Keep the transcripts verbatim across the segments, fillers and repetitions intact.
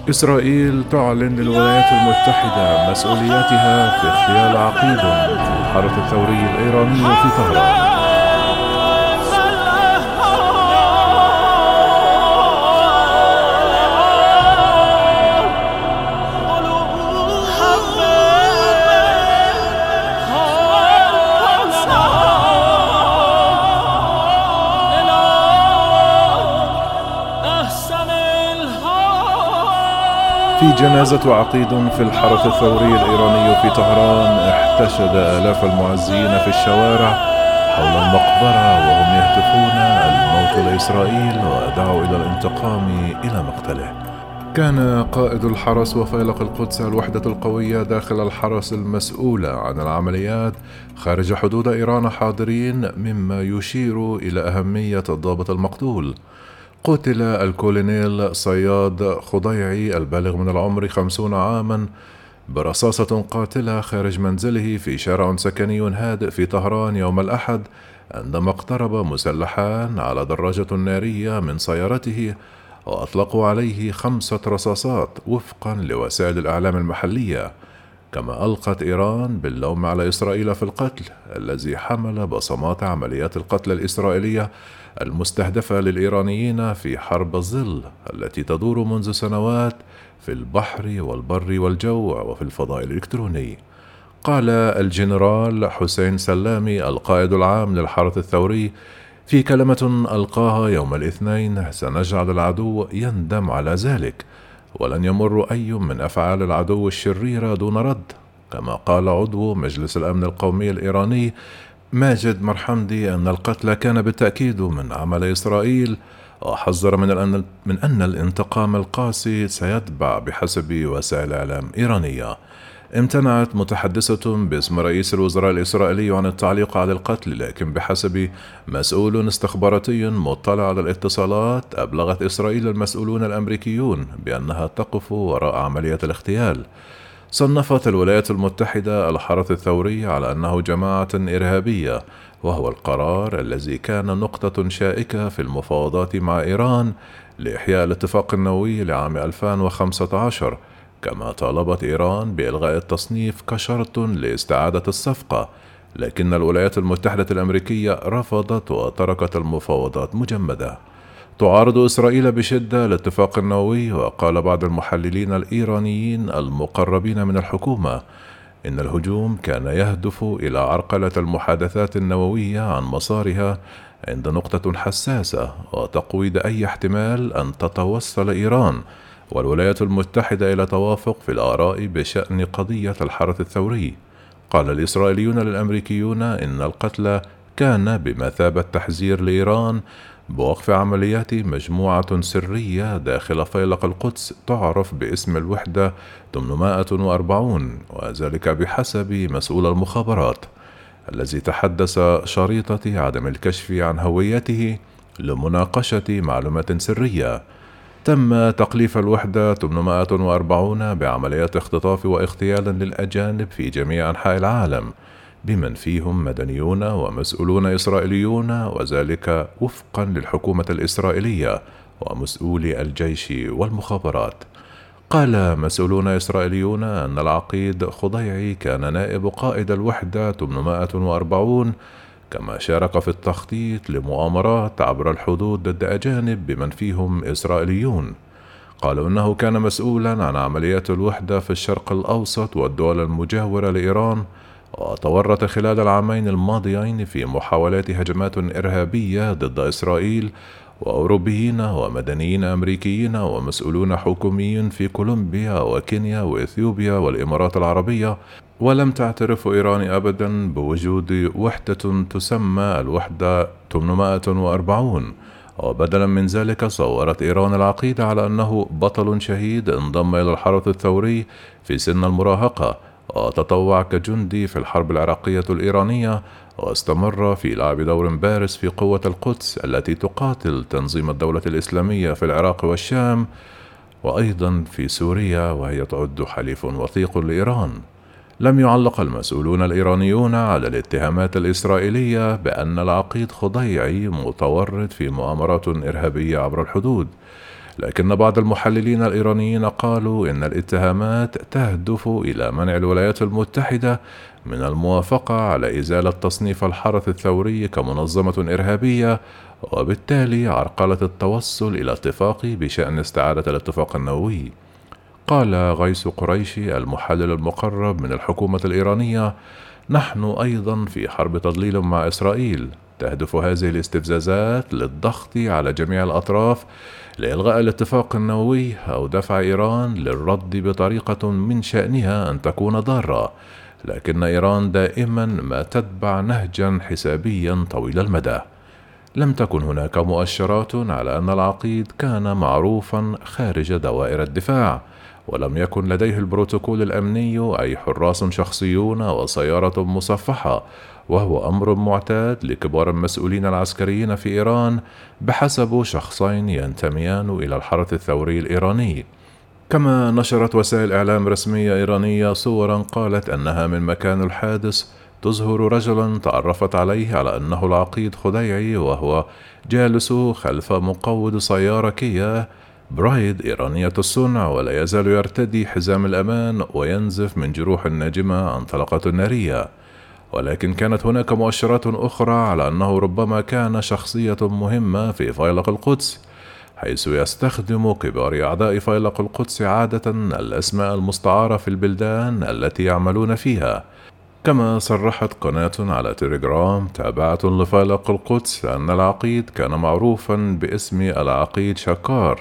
إسرائيل تعلن للولايات المتحدة عن مسؤولياتها في اغتيال عقيد في الحرس الثوري الإيراني في طهران. في جنازة عقيد في الحرس الثوري الإيراني في طهران، احتشد آلاف المعزين في الشوارع حول المقبرة وهم يهتفون الموت لإسرائيل ودعوا إلى الانتقام إلى مقتله. كان قائد الحرس وفيلق القدس الوحدة القوية داخل الحرس المسؤولة عن العمليات خارج حدود إيران حاضرين، مما يشير إلى أهمية الضابط المقتول. قتل الكولونيل صياد خضيعي البالغ من العمر خمسون عاما برصاصة قاتلة خارج منزله في شارع سكني هادئ في طهران يوم الأحد، عندما اقترب مسلحان على دراجة نارية من سيارته وأطلقوا عليه خمسة رصاصات وفقا لوسائل الإعلام المحلية. كما ألقت إيران باللوم على إسرائيل في القتل الذي حمل بصمات عمليات القتل الإسرائيلية المستهدفة للإيرانيين في حرب الظل التي تدور منذ سنوات في البحر والبر والجو وفي الفضاء الإلكتروني. قال الجنرال حسين سلامي القائد العام للحرس الثوري في كلمة ألقاها يوم الاثنين: سنجعل العدو يندم على ذلك، ولن يمر أي من أفعال العدو الشريرة دون رد. كما قال عضو مجلس الأمن القومي الإيراني ماجد مرحمدي أن القتل كان بالتأكيد من عمل إسرائيل، وحذر من أن من أن الانتقام القاسي سيتبع بحسب وسائل إعلام إيرانية. امتنعت متحدثة باسم رئيس الوزراء الإسرائيلي عن التعليق على القتل، لكن بحسب مسؤول استخباراتي مطلع على الاتصالات أبلغت إسرائيل المسؤولون الأمريكيون بأنها تقف وراء عملية الاغتيال. صنفت الولايات المتحدة الحرس الثوري على أنه جماعة إرهابية، وهو القرار الذي كان نقطة شائكة في المفاوضات مع إيران لإحياء الاتفاق النووي لعام ألفين وخمسة عشر. كما طالبت إيران بإلغاء التصنيف كشرط لاستعادة الصفقة، لكن الولايات المتحدة الأمريكية رفضت وتركت المفاوضات مجمدة. تعارض إسرائيل بشدة الاتفاق النووي، وقال بعض المحللين الإيرانيين المقربين من الحكومة إن الهجوم كان يهدف إلى عرقلة المحادثات النووية عن مسارها عند نقطة حساسة، وتقويض أي احتمال أن تتوصل إيران والولايات المتحدة إلى توافق في الآراء بشأن قضية الحرس الثوري. قال الإسرائيليون للأمريكيون إن القتل كان بمثابة تحذير لإيران بوقف عمليات مجموعة سرية داخل فيلق القدس تعرف باسم الوحدة ثمانمائة وأربعين، وذلك بحسب مسؤول المخابرات الذي تحدث شريطة عدم الكشف عن هويته لمناقشة معلومات سرية. تم تقليف الوحدة ثمانمائة وأربعين بعمليات اختطاف واغتيال للأجانب في جميع أنحاء العالم، بمن فيهم مدنيون ومسؤولون إسرائيليون، وذلك وفقا للحكومة الإسرائيلية ومسؤولي الجيش والمخابرات. قال مسؤولون إسرائيليون أن العقيد خضيعي كان نائب قائد الوحدة ثمانمائة وأربعين، كما شارك في التخطيط لمؤامرات عبر الحدود ضد أجانب بمن فيهم إسرائيليون. قالوا إنه كان مسؤولا عن عمليات الوحدة في الشرق الأوسط والدول المجاورة لإيران، وتورط خلال العامين الماضيين في محاولات هجمات إرهابية ضد إسرائيل وأوروبيين ومدنيين أمريكيين ومسؤولون حكوميين في كولومبيا وكينيا وإثيوبيا والإمارات العربية. ولم تعترف إيران أبدا بوجود وحدة تسمى الوحدة ثمانمائة وأربعين، وبدلا من ذلك صورت إيران العقيد على أنه بطل شهيد انضم إلى الحرس الثوري في سن المراهقة، وتطوع كجندي في الحرب العراقية الإيرانية، واستمر في لعب دور بارز في قوة القدس التي تقاتل تنظيم الدولة الإسلامية في العراق والشام، وأيضا في سوريا، وهي تعد حليف وثيق لإيران. لم يعلق المسؤولون الإيرانيون على الاتهامات الإسرائيلية بأن العقيد خضيعي متورط في مؤامرات إرهابية عبر الحدود، لكن بعض المحللين الإيرانيين قالوا إن الاتهامات تهدف إلى منع الولايات المتحدة من الموافقة على إزالة تصنيف الحرس الثوري كمنظمة إرهابية، وبالتالي عرقلة التوصل إلى اتفاق بشأن استعادة الاتفاق النووي. قال غيث قريشي المحلل المقرب من الحكومة الإيرانية: نحن أيضا في حرب تضليل مع إسرائيل. تهدف هذه الاستفزازات للضغط على جميع الأطراف لإلغاء الاتفاق النووي أو دفع إيران للرد بطريقة من شأنها أن تكون ضارة، لكن إيران دائما ما تتبع نهجا حسابيا طويل المدى. لم تكن هناك مؤشرات على أن العقيد كان معروفا خارج دوائر الدفاع، ولم يكن لديه البروتوكول الأمني أي حراس شخصيون وسيارة مصفحة، وهو أمر معتاد لكبار المسؤولين العسكريين في إيران بحسب شخصين ينتميان إلى الحرس الثوري الإيراني. كما نشرت وسائل إعلام رسمية إيرانية صورا قالت أنها من مكان الحادث تظهر رجلا تعرفت عليه على أنه العقيد خديعي، وهو جالس خلف مقود سيارة كيا برايد إيرانية الصنع، ولا يزال يرتدي حزام الأمان وينزف من جروح ناجمة عن طلقات نارية. ولكن كانت هناك مؤشرات أخرى على أنه ربما كان شخصية مهمة في فيلق القدس، حيث يستخدم كبار أعداء فيلق القدس عادة الأسماء المستعارة في البلدان التي يعملون فيها. كما صرحت قناة على تليجرام تابعة لفيلق القدس أن العقيد كان معروفا باسم العقيد شكار.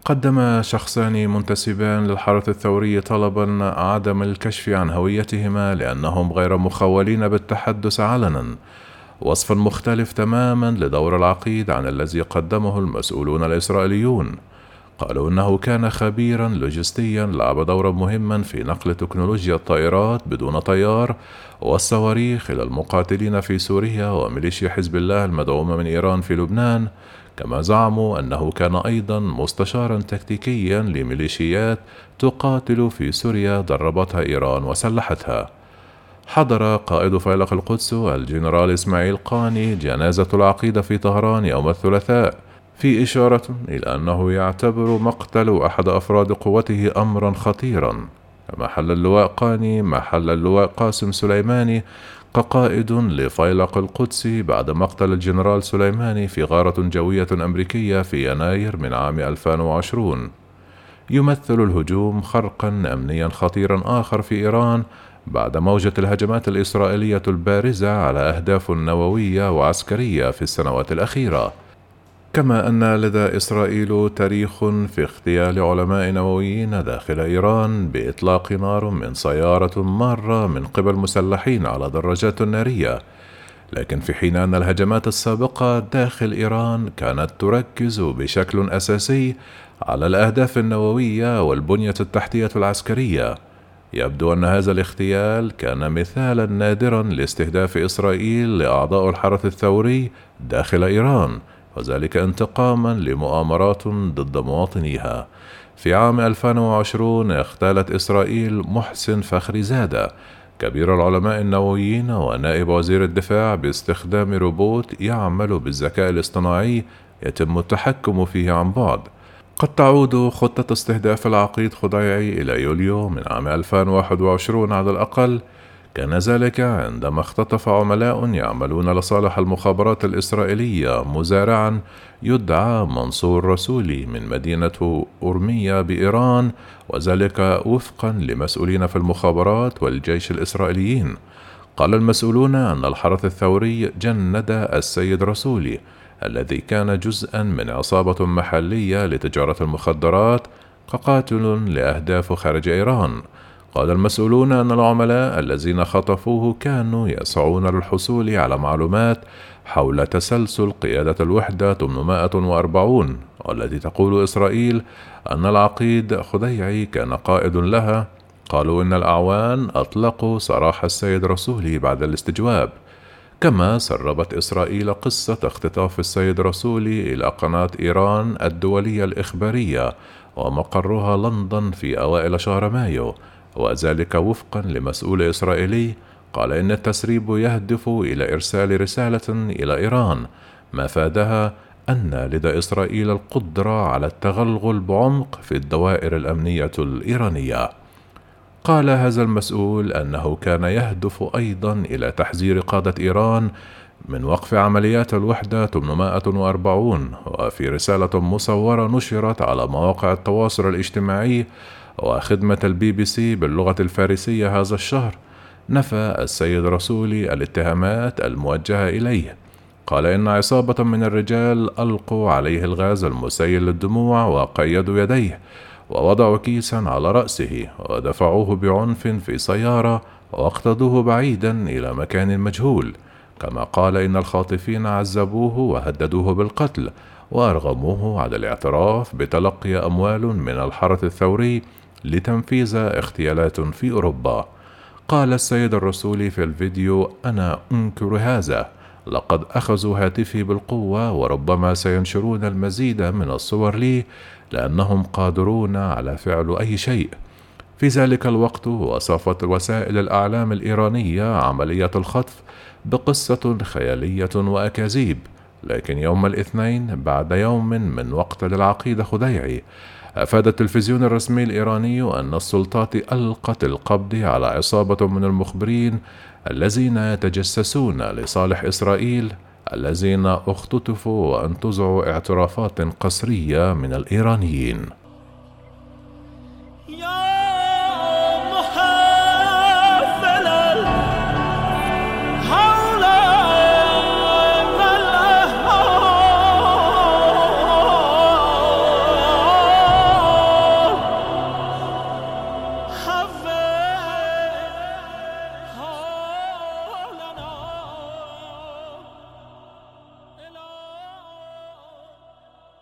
قدم شخصان منتسبان للحرس الثوري طلبا عدم الكشف عن هويتهما لأنهم غير مخولين بالتحدث علنا، وصفا مختلف تماما لدور العقيد عن الذي قدمه المسؤولون الإسرائيليون. قالوا إنه كان خبيرا لوجستيا لعب دورا مهما في نقل تكنولوجيا الطائرات بدون طيار والصواريخ إلى المقاتلين في سوريا وميليشيا حزب الله المدعومة من إيران في لبنان. كما زعموا أنه كان أيضا مستشارا تكتيكيا لميليشيات تقاتل في سوريا دربتها إيران وسلحتها. حضر قائد فيلق القدس الجنرال إسماعيل قاني جنازة العقيد في طهران يوم الثلاثاء، في إشارة إلى أنه يعتبر مقتل أحد أفراد قوته أمرا خطيرا. كما حل اللواء قاني محل اللواء قاسم سليماني كقائد لفيلق القدس بعد مقتل الجنرال سليماني في غارة جوية أمريكية في يناير من عام ألفين وعشرين. يمثل الهجوم خرقا أمنيا خطيرا آخر في إيران بعد موجة الهجمات الإسرائيلية البارزة على أهداف نووية وعسكرية في السنوات الأخيرة. كما أن لدى إسرائيل تاريخ في اغتيال علماء نوويين داخل إيران بإطلاق نار من سيارة مارة من قبل مسلحين على دراجات نارية. لكن في حين أن الهجمات السابقة داخل إيران كانت تركز بشكل أساسي على الأهداف النووية والبنية التحتية العسكرية، يبدو أن هذا الاغتيال كان مثالا نادرا لاستهداف إسرائيل لأعضاء الحرس الثوري داخل إيران، وذلك انتقاما لمؤامرات ضد مواطنيها. في عام ألفين وعشرين اغتالت إسرائيل محسن فخري زادة كبير العلماء النوويين ونائب وزير الدفاع باستخدام روبوت يعمل بالذكاء الاصطناعي يتم التحكم فيه عن بعد. قد تعود خطة استهداف العقيد خديعي إلى يوليو من عام ألفين وواحد وعشرين على الأقل. كان ذلك عندما اختطف عملاء يعملون لصالح المخابرات الإسرائيلية مزارعا يدعى منصور رسولي من مدينة أورمية بإيران، وذلك وفقا لمسؤولين في المخابرات والجيش الإسرائيليين. قال المسؤولون أن الحرس الثوري جند السيد رسولي الذي كان جزءا من عصابة محلية لتجارة المخدرات كقاتل لأهداف خارج إيران. قال المسؤولون أن العملاء الذين خطفوه كانوا يسعون للحصول على معلومات حول تسلسل قيادة الوحدة ثمانمائة وأربعين، والتي تقول إسرائيل أن العقيد خديعي كان قائد لها. قالوا إن الأعوان أطلقوا سراح السيد رسولي بعد الاستجواب. كما سربت إسرائيل قصة اختطاف السيد رسولي إلى قناة إيران الدولية الإخبارية ومقرها لندن في أوائل شهر مايو، وذلك وفقا لمسؤول إسرائيلي قال إن التسريب يهدف إلى إرسال رسالة إلى إيران مفادها أن لدى إسرائيل القدرة على التغلغل بعمق في الدوائر الأمنية الإيرانية. قال هذا المسؤول أنه كان يهدف أيضا إلى تحذير قادة إيران من وقف عمليات الوحدة ثمانمائة وأربعين. وفي رسالة مصورة نشرت على مواقع التواصل الاجتماعي وخدمة البي بي سي باللغة الفارسية هذا الشهر، نفى السيد رسولي الاتهامات الموجهة إليه. قال إن عصابة من الرجال ألقوا عليه الغاز المسيل للدموع وقيدوا يديه ووضعوا كيسا على رأسه ودفعوه بعنف في سيارة واقتضوه بعيدا إلى مكان مجهول. كما قال إن الخاطفين عذبوه وهددوه بالقتل وأرغموه على الاعتراف بتلقي أموال من الحرس الثوري لتنفيذ اغتيالات في أوروبا. قال السيد الرسولي في الفيديو: أنا أنكر هذا، لقد أخذوا هاتفي بالقوة وربما سينشرون المزيد من الصور لي لأنهم قادرون على فعل أي شيء. في ذلك الوقت وصفت وسائل الإعلام الإيرانية عملية الخطف بقصة خيالية وأكاذيب، لكن يوم الاثنين بعد يوم من مقتل العقيد خديعي أفاد التلفزيون الرسمي الإيراني أن السلطات ألقت القبض على عصابة من المخبرين الذين يتجسسون لصالح إسرائيل الذين اختطفوا وانتزعوا اعترافات قسرية من الإيرانيين.